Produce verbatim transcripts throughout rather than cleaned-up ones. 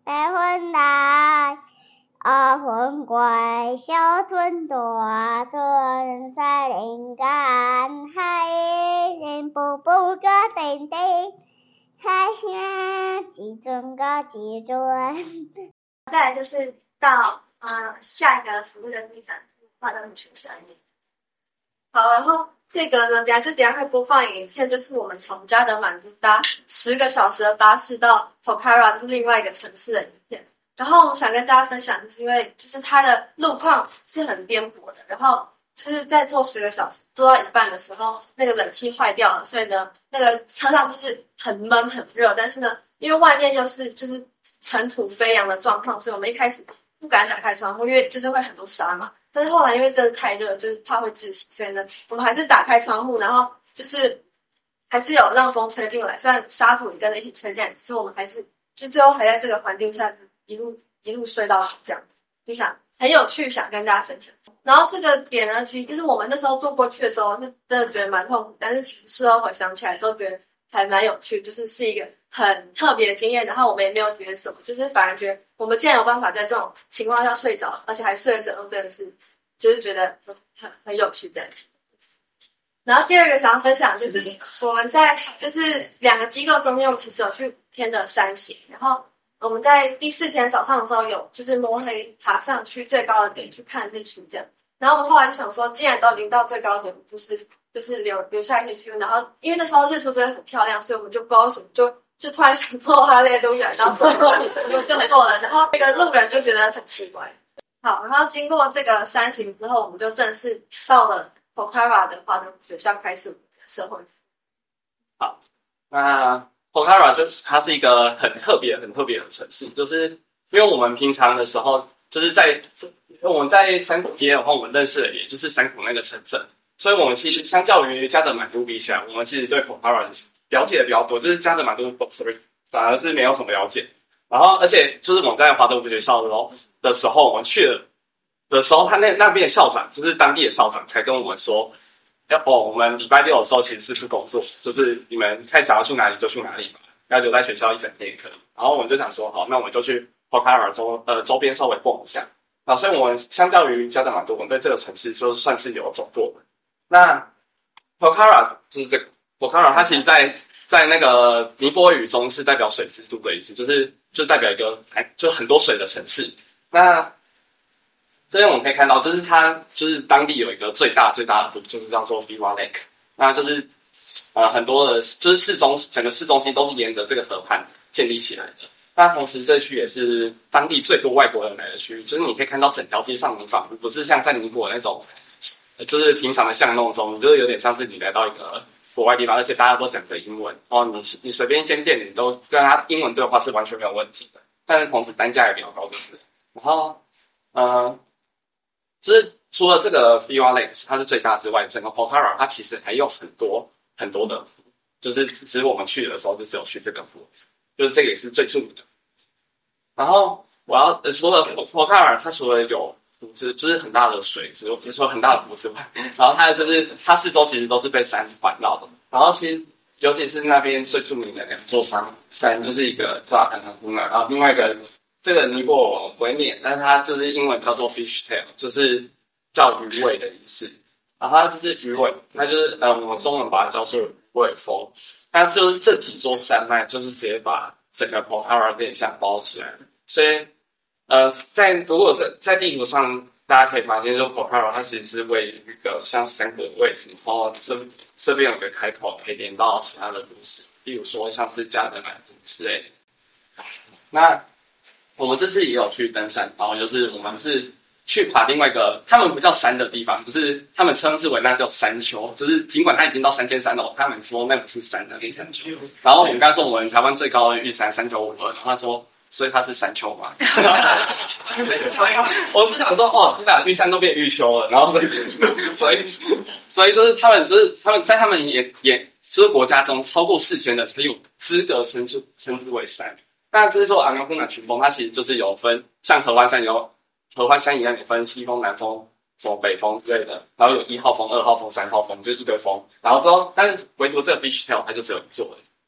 白云来，二分归，小村大村西林间，海人步步个定定，海兄几尊个几尊。 再来就是到呃下一个服务的地方，画到你全身。好，然后这个呢，等一下就等一下会播放影片，就是我们从加德满都搭十个小时的巴士到 Pokhara， 就是另外一个城市的影片。然后我想跟大家分享，就是因为就是它的路况是很颠簸的，然后就是在坐十个小时坐到一半的时候，那个冷气坏掉了，所以呢，那个车上就是很闷很热，但是呢，因为外面又是就是尘土飞扬的状况，所以我们一开始不敢打开窗户，因为就是会很多沙嘛。但是后来因为真的太热，就是怕会窒息，所以呢，我们还是打开窗户，然后就是还是有让风吹进来，虽然沙土也跟着一起吹进来，只是我们还是就最后还在这个环境下一路一路睡到这样子，就想很有趣，想跟大家分享。然后这个点呢，其实就是我们那时候坐过去的时候是真的觉得蛮痛苦，但是其实事后回想起来都觉得还蛮有趣，就是是一个很特别的经验。然后我们也没有觉得什么，就是反而觉得我们竟然有办法在这种情况下睡着，而且还睡得着，真的是就是觉得很很有趣的。然后第二个想要分享就是我们在就是两个机构中间，我们其实有去天的山行，然后我们在第四天早上的时候有就是摸黑爬上去最高的点去看日出这样。然后我们后来就想说，既然都已经到最高点，就是就是留留下一些记录。然后因为那时候日出真的很漂亮，所以我们就不知道为什么就就突然想做哈利路亚，然后我们就做了。然后那个路人就觉得很奇怪。好，然后经过这个山行之后，我们就正式到了 Pokhara 的华德福学校开始社会服务。 好，那 Pokhara 这它是一个很特别、很特别的城市，就是因为我们平常的时候就是在我们在山谷街的话，我们认识的也就是山谷那个城镇，所以我们其实相较于加德满都比起来，我们其实对 Pokhara 了解的比较多，就是加德满都 sorry 反而是没有什么了解。然后，而且就是我们在华德福学校的时候，的时候我们去了的时候，他那那边的校长就是当地的校长才跟我们说，要哦，我们礼拜六的时候其实是去工作，就是你们看想要去哪里就去哪里嘛，要留在学校一整天也可以。然后我们就想说，好，那我们就去 Pokhara 周呃周边稍微逛一下。啊，所以我们相较于加德满都，我们对这个城市就算是有走过的。那 Pokhara 就是这个 Pokhara， 它其实在在那个尼泊尔语中是代表水之都的意思，就是就代表一个就很多水的城市。那这边我们可以看到，就是它就是当地有一个最大最大的湖，就是叫做 Biwa Lake。那就是呃很多的，就是市中整个市中心都是沿着这个河畔建立起来的。那同时这区也是当地最多外国人来的区域，就是你可以看到整条街上，你仿佛不是像在尼泊尔那种，就是平常的巷弄中，就是有点像是你来到一个国外地方，而且大家都讲着英文，然后你你随便一间店，你都跟他英文对话是完全没有问题的。但是同时单价也比较高，就是。然后，呃，就是除了这个 Biwa Lake 它是最大之外，整个 Pokhara 它其实还有很多很多的湖，就是只是我们去的时候就只有去这个湖，就是这个也是最著名的。然后我要呃除了 Pokhara 它除了有湖之就是很大的水之外，就是说很大的湖之外，然后它就是它四周其实都是被山环绕的。然后其实尤其是那边最著名的两座山，山就是一个叫安纳库纳，然后另外一个这个尼泊尔我不会念，但是它就是英文叫做 fish tail， 就是叫鱼尾的意思。然后它就是鱼尾，它就是呃我们中文把它叫做鱼尾峰。它就是这几座山脉，就是直接把整个 Pokhara 变相包起来了。所以呃在如果在在地图上大家可以发现，就 Pokhara 它其实是位于一个像山谷的位置，然后这这边有个开口可以连到其他的都市，例如说像是加德满都之类的。那我们这次也有去登山，然后就是我们是去爬另外一个他们不叫山的地方，就是他们称之为那叫山丘，就是尽管它已经到三千三了，他们说那不是山的那山丘。然后我们刚才说我们台湾最高的玉山三九五二，他说所以它是山丘嘛。我是想说哦，天哪，玉山都变玉丘了，然后所以所以所以就是他们就是他们在他们也也就是国家中超过四千的才有资格称之称之为山。那这是说昂高峰南群峰，它其实就是有分像合欢山有合欢山一样，有分西峰、南峰、什么北峰之类的，然后有一号峰、二号峰、三号峰，就是一堆峰。然后之后，但是唯独这个 fish tail 它就只有一座而已。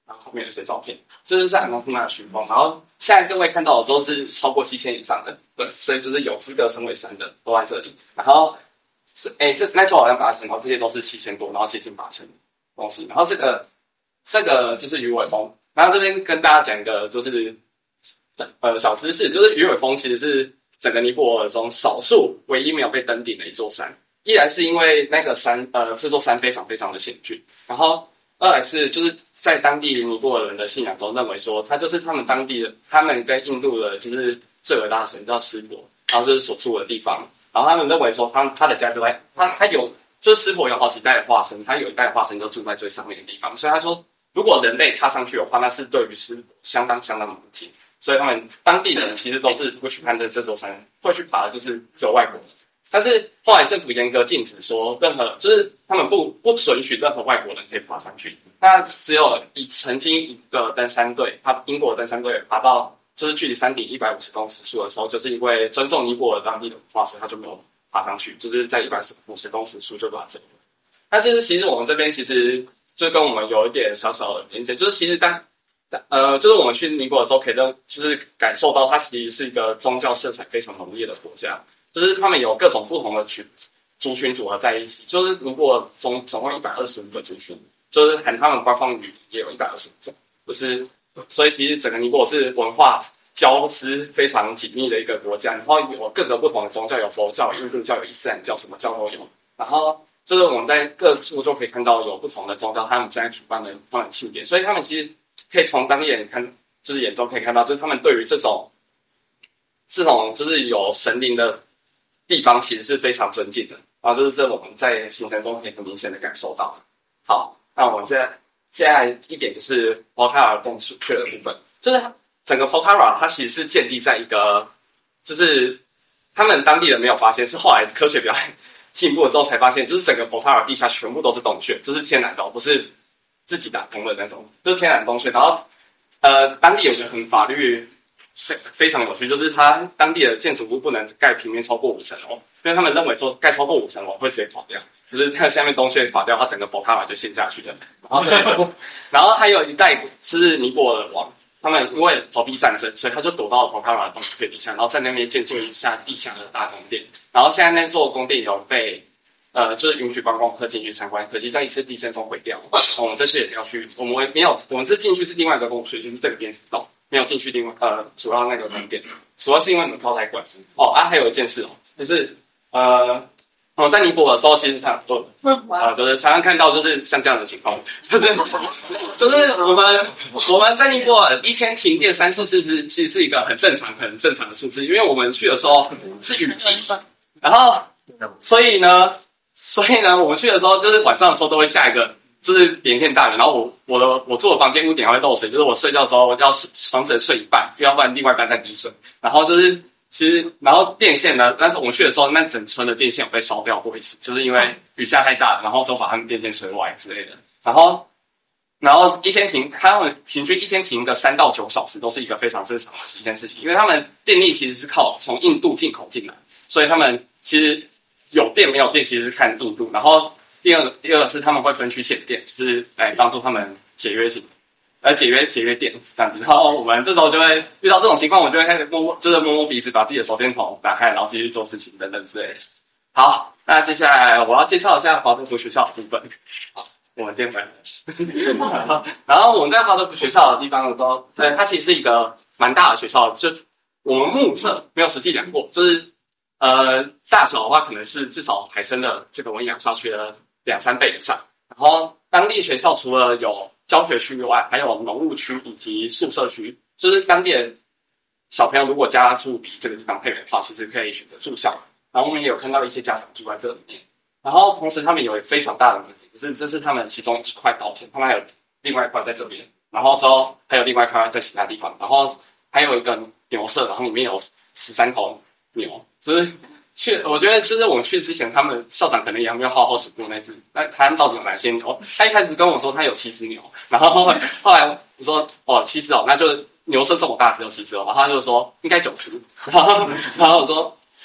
然后后面有一些照片，这就是安东夫纳的群峰。然后现在各位看到的都是超过七千以上的，对，所以就是有资格成为山的都在这里。然后是哎，这那就好像八千，然后这些都是七千多，然后接近八千东西。然后这个这个就是鱼尾峰。然后这边跟大家讲一个就是呃小知识，就是鱼尾峰其实是整个尼泊尔中少数唯一没有被登顶的一座山。一来是因为那个山呃这座山非常非常的险峻，然后二来是就是在当地尼泊尔人的信仰中认为说，它就是他们当地的他们跟印度的就是最伟大的神叫湿婆，然后就是所住的地方。然后他们认为说他他的家就在他他有就是湿婆有好几代的化身，他有一代化身就住在最上面的地方，所以他说如果人类踏上去的话，那是对于湿婆相当相当的不敬。所以他们当地人其实都是会去攀登这座山，会去爬的就是只有外国人。但是后来政府严格禁止说任何，就是他们不不准许任何外国人可以爬上去。那只有以曾经一个登山队，他英国的登山队爬到就是距离山顶一百五十公尺处的时候，就是因为尊重尼泊尔当地的文化，所以他就没有爬上去，就是在一百五十公尺处就把它走了。但是其实我们这边其实就跟我们有一点小小的连接，就是其实当呃，就是我们去尼泊尔的时候，可以让就是感受到它其实是一个宗教色彩非常浓烈的国家，就是他们有各种不同的群族群组合在一起，就是尼泊尔总总共一百二十五个族群，就是含他们官方语也有一百二十五种，就是所以其实整个尼泊尔是文化交织非常紧密的一个国家，然后有各个不同的宗教，有佛教、印度教、有伊斯兰教，什么教都有。然后就是我们在各处就可以看到有不同的宗教，他们正在举办的他们的庆典，所以他们其实可以从当地人看，就是眼中可以看到，就是他们对于这种这种就是有神灵的地方，其实是非常尊敬的。然后就是这我们在行程中可以很明显的感受到。好，那我们现在现在一点就是波塔尔洞穴的部分，就是整个 Pokhara 它其实是建立在一个，就是他们当地人没有发现，是后来科学比较进步了之后才发现，就是整个 Pokhara 地下全部都是洞穴，就是天然的，不是自己打通的那种，就是天然洞穴。然后，呃，当地有个很法律非非常有趣，就是他当地的建筑物不能盖平面超过五层楼，因为他们认为说盖超过五层楼会直接垮掉，就是它下面洞穴垮掉，它整个 Pokhara 就陷下去了。然后，然后还有一代是尼泊尔王，他们因为逃避战争，所以他就躲到了 Pokhara 的洞穴底下，然后在那边建筑一下地下的大宫殿。然后现在那座宫殿有被。呃，就是允许观光客进去参观，可惜在一次地震中毁掉了。我们这次也要去，我们没有，我们这进去是另外一个洞穴，就是这个边洞，没有进去另外呃主要那个宫殿，主要是因为门票太贵。哦啊，还有一件事哦，就是呃，我在尼泊尔的时候，其实常做啊、呃，就是常常看到就是像这样的情况，就是就是我们我们在尼泊尔一天停电三四次是其实是一个很正常很正常的数字，因为我们去的时候是雨季，然后所以呢。所以呢，我们去的时候，就是晚上的时候都会下一个，就是连天大雨。然后我我的我住的房间屋顶还会漏水，就是我睡觉的时候要床只能睡一半，要不然另外一半在滴水。然后就是其实，然后电线呢，但是我们去的时候，那整村的电线有被烧掉过一次，就是因为雨下太大，然后就把他们电线吹歪之类的。然后，然后一天停，他们平均一天停个三到九小时，都是一个非常正常的一件事情，因为他们电力其实是靠从印度进口进来，所以他们其实。有电没有电其实是看印度，然后第二个第二个是他们会分区限电，就是来帮助他们节约型，呃节约节约电这样子。然后我们这时候就会遇到这种情况，我就会开始摸摸，就是摸摸鼻子，把自己的手电筒打开，然后继续做事情等等之类的。好，那接下来我要介绍一下华德福学校的部分。好，我们电回来。然后我们在华德福学校的地方的时候，对，它其实是一个蛮大的学校，就是我们目测没有实际量过，就是。呃，大小的话可能是至少海参的这个文养校区的两三倍以上。然后当地学校除了有教学区以外，还有农务区以及宿舍区。就是当地的小朋友如果家住离这个地方配的话，其实可以选择住校。然后我们也有看到一些家长住在这里面。然后同时他们有非常大的问题，就是这是他们其中一块稻田，他们还有另外一块在这边，然后之后还有另外一块在其他地方，然后还有一个牛舍，然后里面有十三头牛。就是去，我觉得就是我们去之前，他们校长可能也还没有好好数过那只，那他到底有哪些牛？他一开始跟我说他有七只牛，然后后来后来我说哦七只哦，那就牛舍这么大只有七只哦，然后他就说应该九只，然后然后我说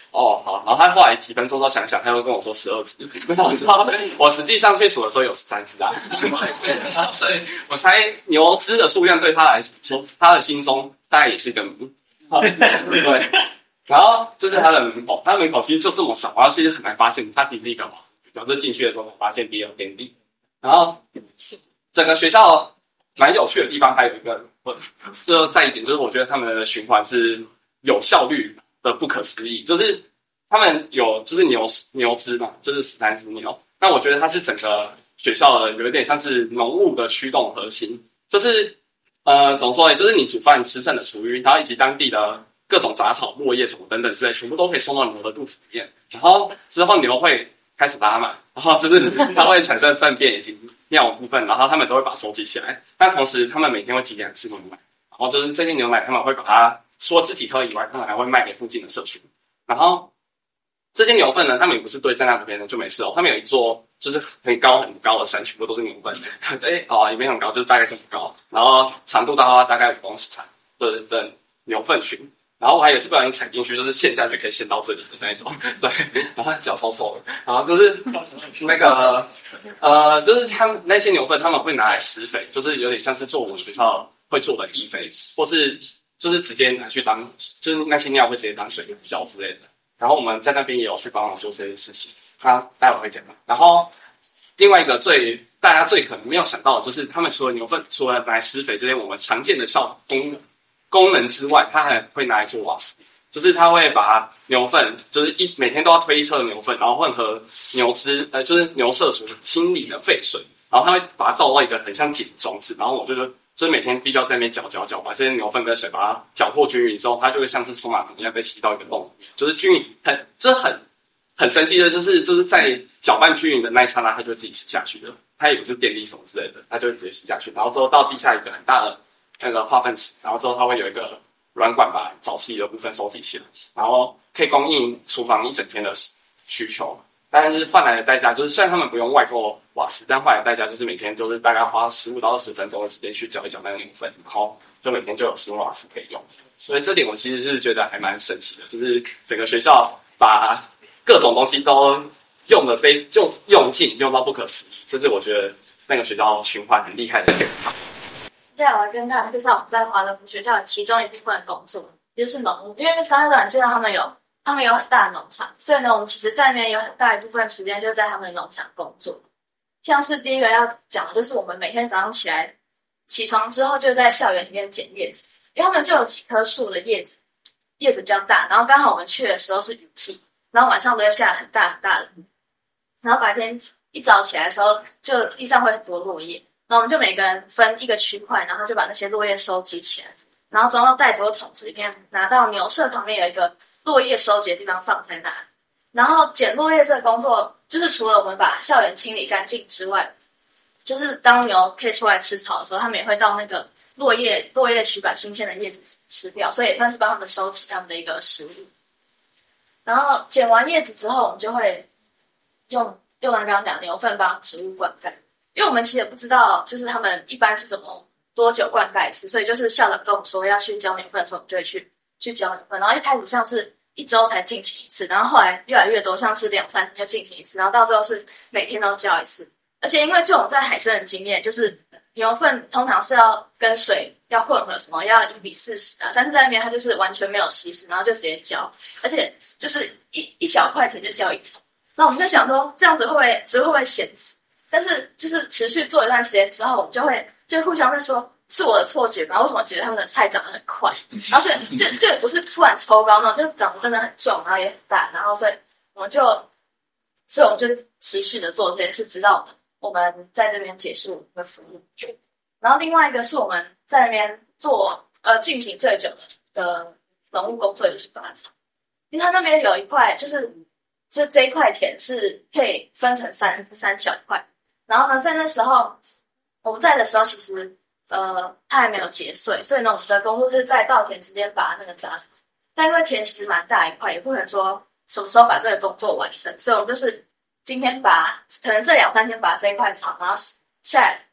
哦好，然后他后来几分钟都想想，他又跟我说十二只，我知道我实际上去数的时候有十三只啊，然后所以我猜牛只的数量对他来说，他的心中大概也是一个谜。对，然后这是他的门口，他的门口其实就这么小，然后其实很难发现，他其实是一个表示进去的时候发现别有天地。然后整个学校蛮有趣的地方还有一个，这再一点就是我觉得他们的循环是有效率的不可思议，就是他们有就是牛牛只嘛，就是十三只牛。那我觉得它是整个学校的有一点像是农务的驱动核心，就是呃怎么说呢？就是你煮饭吃剩的厨余，然后以及当地的各种杂草、落叶什么等等之类，全部都可以送到牛的肚子里面。然后之后牛会开始拉嘛，然后就是它会产生粪便以及尿的部分，然后他们都会把它收集起来。但同时，他们每天会挤两次牛奶，然后就是这些牛奶他们会把它除了自己喝以外，他们还会卖给附近的社区。然后这些牛粪呢，他们也不是堆在那边就没事哦，他们有一座就是很高很高的山，全部都是牛粪。哎哦，也没很高，就是大概这么高，然后长度的话大概五公尺长的的牛粪群。然后我还有一次不小心踩进去，就是陷下去可以陷到这里的那一种，对，然后脚臭臭的，然后就是那个呃，就是他们那些牛粪他们会拿来施肥，就是有点像是做我们学校会做的地肥，或是就是直接拿去当，就是那些尿会直接当水用浇之类的。然后我们在那边也有去帮忙做这些事情，他待会会讲。然后另外一个最大家最可能没有想到的就是，他们除了牛粪，除了拿来施肥这些我们常见的效功能。功能之外，它还会拿来做瓦斯，就是它会把牛粪，就是一每天都要推一车的牛粪，然后混合牛只，呃，就是牛舍所清理的废水，然后它会把它倒到一个很像井的装置，然后我就就是每天必须要在那边搅搅搅，把这些牛粪跟水把它搅和均匀之后，它就会像是冲马桶一样被吸到一个洞，就是均匀，很就是很很神奇的，就是就是在搅拌均匀的那一刹那，它就会自己吸下去了，它也不是电力什么之类的，它就会直接吸下去，然后之后到地下一个很大的那个化粪池，然后之后它会有一个软管把沼气的部分收集起来，然后可以供应厨房一整天的需求。但是换来的代价就是，虽然他们不用外购瓦斯，但换来的代价就是每天就是大概花十五到二十分钟的时间去搅一搅那个牛粪，然后就每天就有食用瓦斯可以用。所以这点我其实是觉得还蛮神奇的，就是整个学校把各种东西都用的非用用尽，用到不可思议，这是我觉得那个学校循环很厉害的地方。 接下来我要跟大家介绍我们在华德福学校的其中一部分的工作，也就是农务。因为刚刚介绍他们有他们有很大的农场，所以呢，我们其实在那边有很大一部分时间就在他们的农场工作。像是第一个要讲的就是我们每天早上起来起床之后就在校园里面捡叶子，因为他们就有几棵树的叶子叶子比较大，然后刚好我们去的时候是雨季，然后晚上都会下很大很大的雨，然后白天一早起来的时候就地上会很多落叶。然后我们就每个人分一个区块，然后就把那些落叶收集起来，然后装到袋子或桶子里面，拿到牛舍旁边有一个落叶收集的地方放在那。然后捡落叶这个工作，就是除了我们把校园清理干净之外，就是当牛可以出来吃草的时候，他们也会到那个落叶落叶区把新鲜的叶子吃掉，所以也算是帮他们收集他们的一个食物。然后捡完叶子之后，我们就会用用刚刚讲牛粪帮植物灌溉。因为我们其实也不知道，就是他们一般是怎么多久灌溉一次，所以就是校长跟我们说要去浇牛粪的时候，我们就会去去浇牛粪。然后一开始像是一周才进行一次，然后后来越来越多，像是两三天就进行一次，然后到最后是每天都浇一次。而且因为就我们在海参的经验，就是牛粪通常是要跟水要混合，什么要一比四十啊，但是在那边它就是完全没有稀释，然后就直接浇，而且就是一一小块田就浇一桶。那我们就想说，这样子会不会植物会不会咸死？但是就是持续做一段时间之后，我们就会就互相在说是我的错觉吧？为什么觉得他们的菜长得很快？然后所以就就也不是突然抽高那种，就长得真的很重，然后也很大，然后所以我们就所以我们就持续的做这件事，直到我们在这边结束我们的服务。然后另外一个是我们在那边做呃进行最久的的农务工作，就是拔草，因为它那边有一块就是这这一块田是可以分成三三小块。然后呢，在那时候我们在的时候，其实呃它还没有结穗，所以呢，我们的工作就是在稻田之间拔那个杂草。但因为田其实蛮大一块，也不可能说什么时候把这个工作完成，所以我们就是今天拔，可能这两三天拔这一块草，然后下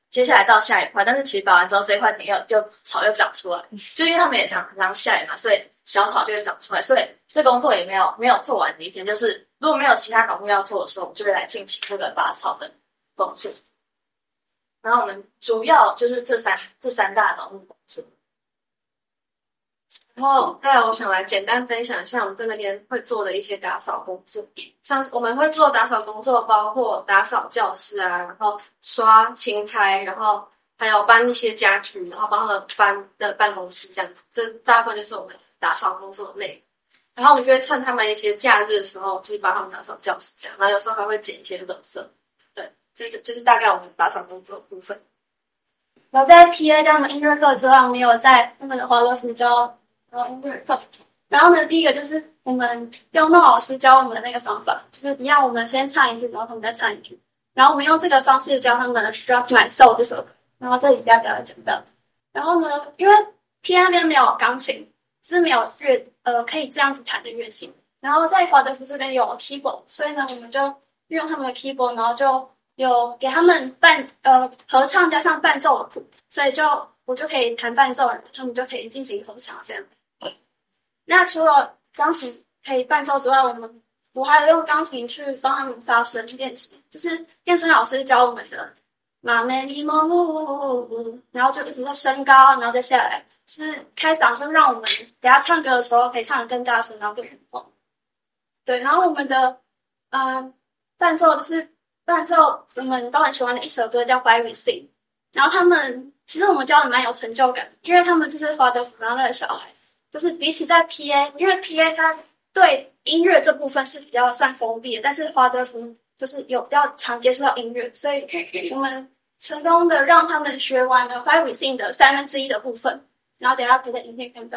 接下来到下一块，但是其实拔完之后这一块又又草又长出来，就因为他们也常常下雨嘛，所以小草就会长出来，所以这工作也没有没有做完的一天，就是如果没有其他农务要做的时候，我们就会来进行这个拔草的工作。然后我们主要就是这三这三大农务工作。 然后还有我想来简单分享一下我们在那边会做的一些打扫工作，像我们会做打扫工作，包括打扫教室啊，然后刷青苔，然后还有搬一些家具，然后帮他们搬的办公室这样子，这大部分就是我们打扫工作的内容。然后我们就会趁他们一些假日的时候，就是帮他们打扫教室这样，然后有时候还会捡一些垃圾。对，这就是大概我们打扫工作的部分。 然后在 P A 教他们音乐课之外，我们也有在那个华德福教然后音乐课。然后呢，第一个就是我们用诺老师教我们的那个方法，就是一样，我们先唱一句，然后他们再唱一句，然后我们用这个方式教他们 Drop My Soul 这首歌。然后这里加表要讲到。然后呢，因为 P A 那边没有钢琴，就是没有乐呃可以这样子弹的乐器。然后在华德福这边有 keyboard， 所以呢，我们就运用他们的 keyboard， 然后就有给他们伴呃合唱加上伴奏的谱，所以就我就可以弹伴奏，他们就可以进行合唱这样。那除了钢琴可以伴奏之外，我们我还有用钢琴去帮他们发声练习，就是燕生老师教我们的马梅尼莫姆，然后就一直在升高，然后再下来，就是开嗓，就让我们等下唱歌的时候可以唱得更大声，然后更远方。对，然后我们的嗯、呃、伴奏就是伴奏我们都很喜欢的一首歌叫《Why We Sing》，然后他们其实我们教的蛮有成就感，因为他们就是华德福那的小孩，就是比起在 P A， 因为 P A 它对音乐这部分是比较算封闭的，但是华德福就是有比较常接触到音乐，所以我们成功的让他们学完了 Why We Sing 的三分之一的部分，然后等一下可以在影片看到。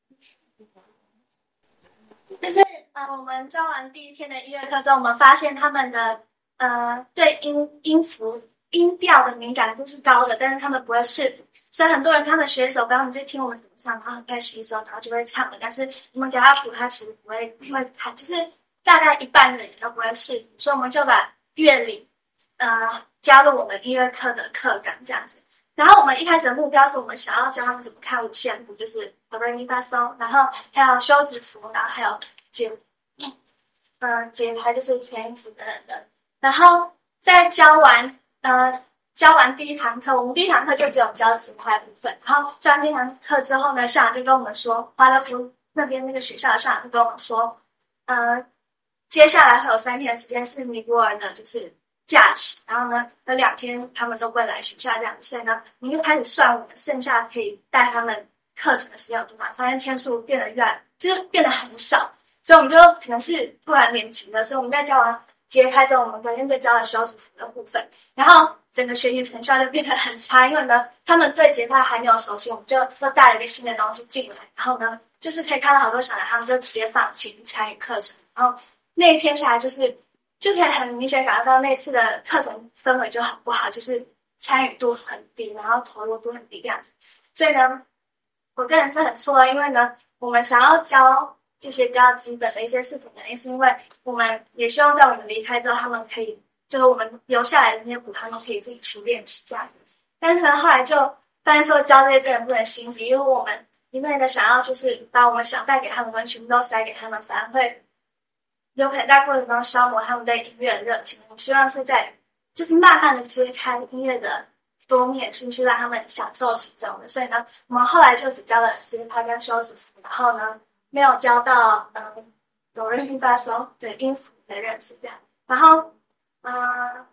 就是呃，我们教完第一天的音乐课之后，我们发现他们的呃对音音符音调的敏感度是高的，但是他们不会视谱，所以很多人他们学一首歌，他们就听我们怎么唱，然后很快吸收，然后就会唱了。但是我们给他谱，他其实不会不会弹，就是大概一半的人都不会视谱，所以我们就把乐理呃加入我们音乐课的课纲这样子。然后我们一开始的目标是我们想要教他们怎么看五线谱，就是哆来咪发嗦，然后还有休止符，然后还有节嗯节拍，就是全音符等等的。然后在教完呃教完第一堂课，我们第一堂课就只有教节拍部分。然后教完第一堂课之后呢，校长就跟我们说，华德福那边那个学校的校长就跟我们说，呃，接下来会有三天的时间是尼泊尔的，就是假期，然后呢，有两天他们都不会来学校这样子，所以呢，我们就开始算我们剩下可以带他们课程的时间有多少，发现天数变得越来就是变得很少，所以我们就可能是突然连勤的，所以我们在教完节拍之后，我们隔天就教了休止符的部分，然后整个学习成效就变得很差，因为呢，他们对节拍还没有熟悉，我们就又带了一个新的东西进来，然后呢，就是可以看到好多小孩他们就直接放弃参与课程，然后那一天下来就是就可以很明显感觉到那次的课程氛围就很不好，就是参与度很低，然后投入度很低这样子。所以呢，我个人是很错，因为呢，我们想要教这些比较基本的一些事情，原因是因为我们也希望在我们离开之后，他们可以就是我们留下来的那些谱，他们可以自己去练习这样子。但是呢，后来就发现说教这些真的不能心急，因为我们一味的想要就是把我们想带给他们的全部都塞给他们，反而会有可能在过程中消磨他们对音乐的热情。我希望是在就是慢慢的揭开音乐的多面性，去让他们享受其中的。所以呢，我们后来就只教了节拍跟休止符，然后呢，没有教到嗯哆来咪发嗦的音符的认识这样。然后嗯、呃，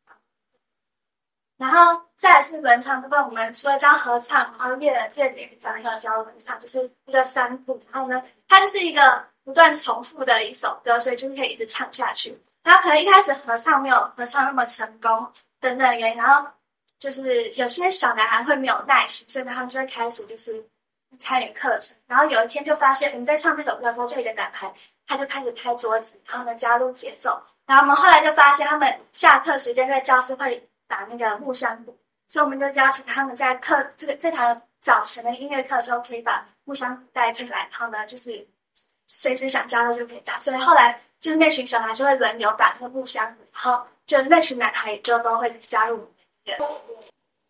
然后再来是轮唱部分，我们除了教合唱，然后乐乐理方面要教轮唱，就是一个三部，然后呢，它就是一个不断重复的一首歌，所以就是可以一直唱下去。然后可能一开始合唱没有合唱那么成功等等的原因，然后就是有些小男孩会没有耐心，所以他们就会开始就是参与课程。然后有一天就发现我们在唱这首歌的时候，就有一个男孩他就开始拍桌子，然后呢加入节奏。然后我们后来就发现他们下课时间在教室会打那个木箱鼓，所以我们就邀请他们在课这个这堂早晨的音乐课的时候可以把木箱鼓带进来，然后呢就是随时想加入就可以打。所以后来就是那群小孩就会轮流打这个木箱鼓，然后就那群男孩就都会加入我们的音乐。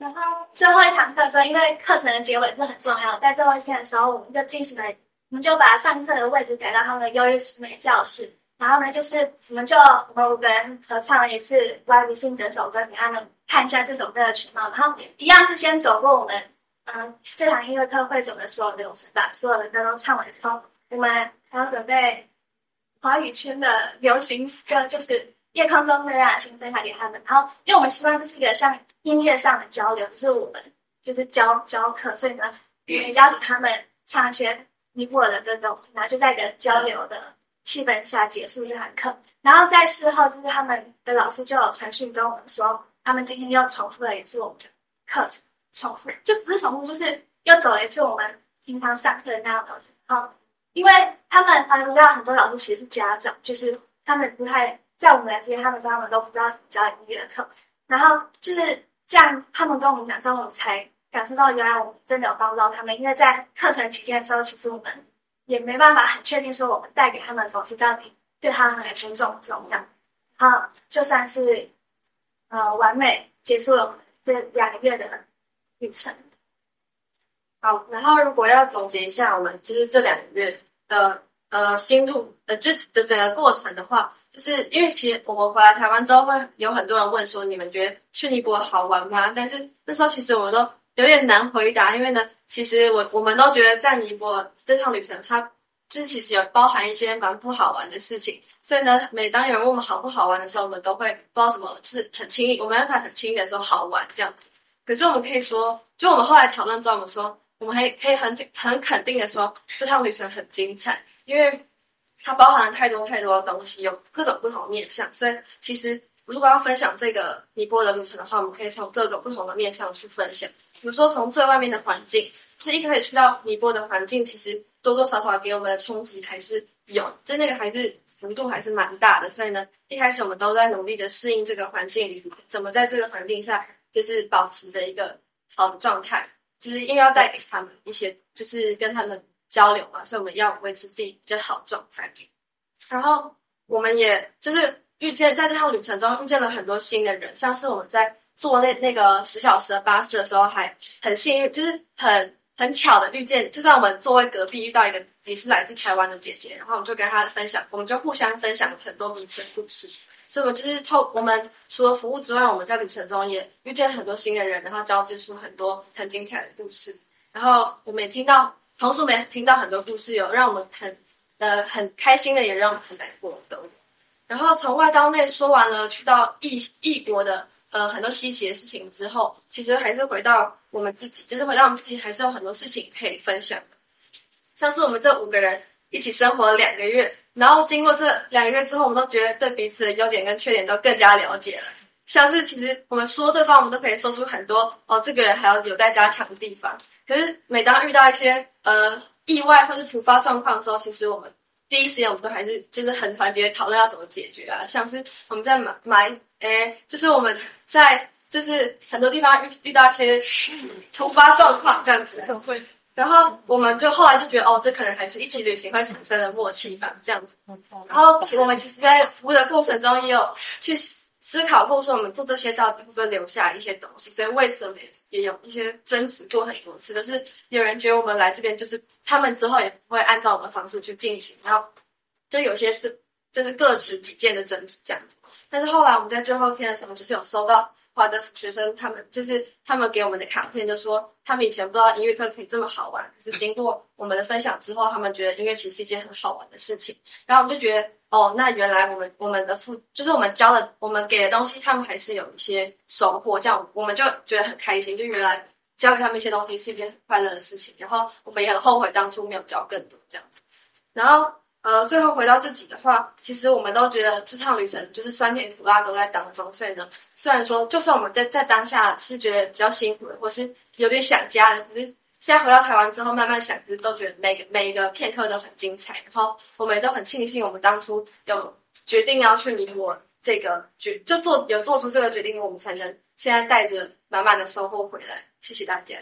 然后最后一堂课的时候，因为课程的结尾是很重要的，在最后一天的时候，我们就进行了，我们就把上课的位置改到他们的优日十美教室。然后呢，就是我们就我们五个人合唱了一次《关于信》这首歌，给他们看一下这首歌的全貌。然后一样是先走过我们嗯、呃、这堂音乐课会走的所有流程，把所有的歌都唱完之后，我们还要准备华语圈的流行歌，就是《夜空中最亮的星》分享给他们。然后，因为我们希望这是一个像音乐上的交流，就是我们就是教教课，所以呢，也邀请他们唱一些尼泊尔的歌给我们，然后就在一个交流的气氛下结束这堂课。然后在事后，就是他们的老师就有传讯跟我们说，他们今天又重复了一次我们的课程，重复就不是重复，就是又走了一次我们平常上课的那样的流程。然后，因为他们他们知道很多老师其实是家长，就是他们不太在我们来之前，他们他们都不知道怎么教音乐课，然后就是这样，他们跟我们讲之后，我们才感受到原来我们真的有帮助到他们。因为在课程期间的时候，其实我们也没办法很确定说我们带给他们的东西到底对他们来说重不重要。然后就算是呃完美结束了我们这两个月的旅程。 好，然后如果要总结一下我们就是这两个月的呃心路呃这的整个过程的话，就是因为其实我们回来台湾之后，会有很多人问说，你们觉得去尼泊尔好玩吗？但是那时候其实我们都有点难回答，因为呢，其实我我们都觉得在尼泊尔这趟旅程，它就是其实有包含一些蛮不好玩的事情，所以呢，每当有人问我们好不好玩的时候，我们都会不知道怎么，就是很轻易，我们办法很轻易的说好玩这样子。可是我们可以说，就我们后来讨论之后，我们说，我们还可以很很肯定的说，这趟旅程很精彩，因为它包含了太多太多的东西，有各种不同的面向，所以其实如果要分享这个尼泊尔的旅程的话，我们可以从各个不同的面向去分享。比如说从最外面的环境，就是一开始去到尼泊尔的环境，其实多多少少给我们的冲击还是有，就那个还是幅度还是蛮大的。所以呢，一开始我们都在努力的适应这个环境里，怎么在这个环境下就是保持着一个好的状态，就是因为要带给他们一些，就是跟他们交流嘛，所以我们要维持自己比较好的状态。然后我们也就是遇见在这趟旅程中遇见了很多新的人，像是我们在坐那那个十小时的巴士的时候，还很幸运，就是很很巧的遇见，就在我们座位隔壁遇到一个也是来自台湾的姐姐，然后我们就跟她分享，我们就互相分享了很多彼此的故事。所以我们就是透我们除了服务之外，我们在旅程中也遇见很多新的人，然后交织出很多很精彩的故事。然后我们也听到，同时我们也听到很多故事，有让我们很呃很开心的，也让我们很难过的都有。然后从外到内说完了去到异异国的呃很多稀奇的事情之后，其实还是回到我们自己，就是回到我们自己，还是有很多事情可以分享的。像是我们这五个人一起生活了两个月，然后经过这两个月之后，我们都觉得对彼此的优点跟缺点都更加了解了。像是其实我们说对方，我们都可以说出很多哦，这个人还要有待加强的地方。可是每当遇到一些呃意外或是突发状况的时候，其实我们第一时间我们都还是就是很团结讨论要怎么解决啊。像是我们在买买诶，就是我们在就是很多地方遇遇到一些突发状况这样子，会。然后我们就后来就觉得，哦，这可能还是一起旅行会产生的默契吧，这样子。然后我们其实在服务的过程中也有去思考过，说我们做这些到底会不会留下一些东西，所以为此我们也也有一些争执过很多次。就是有人觉得我们来这边，就是他们之后也不会按照我们的方式去进行，然后就有些各就是各持己见的争执这样子。但是后来我们在最后一天的时候，就是有收到华德福学生他们就是他们给我们的卡片，就说他们以前不知道音乐课可以这么好玩，可是经过我们的分享之后，他们觉得音乐其实是一件很好玩的事情。然后我们就觉得，哦，那原来我们我们的付就是我们教的我们给的东西，他们还是有一些收获，这样我们就觉得很开心，就原来教给他们一些东西是一件很快乐的事情。然后我们也很后悔当初没有教更多这样子。然后呃，最后回到自己的话，其实我们都觉得这趟旅程就是酸甜苦辣都在当中，所以呢，虽然说就算我们在在当下是觉得比较辛苦的，或是有点想家的，可是现在回到台湾之后慢慢想，其实都觉得每个每一个片刻都很精彩。然后我们也都很庆幸我们当初有决定要去尼泊尔这个决就做有做出这个决定，我们才能现在带着满满的收获回来。谢谢大家。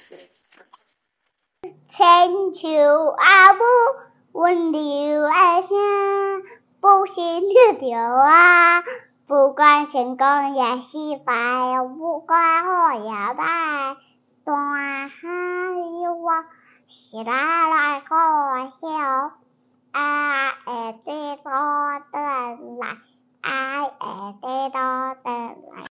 千秋阿母温柔的声，不心着啊， 不管成功也失败，不管好也歹，大海我是来来可笑，爱会地多转来，爱会地多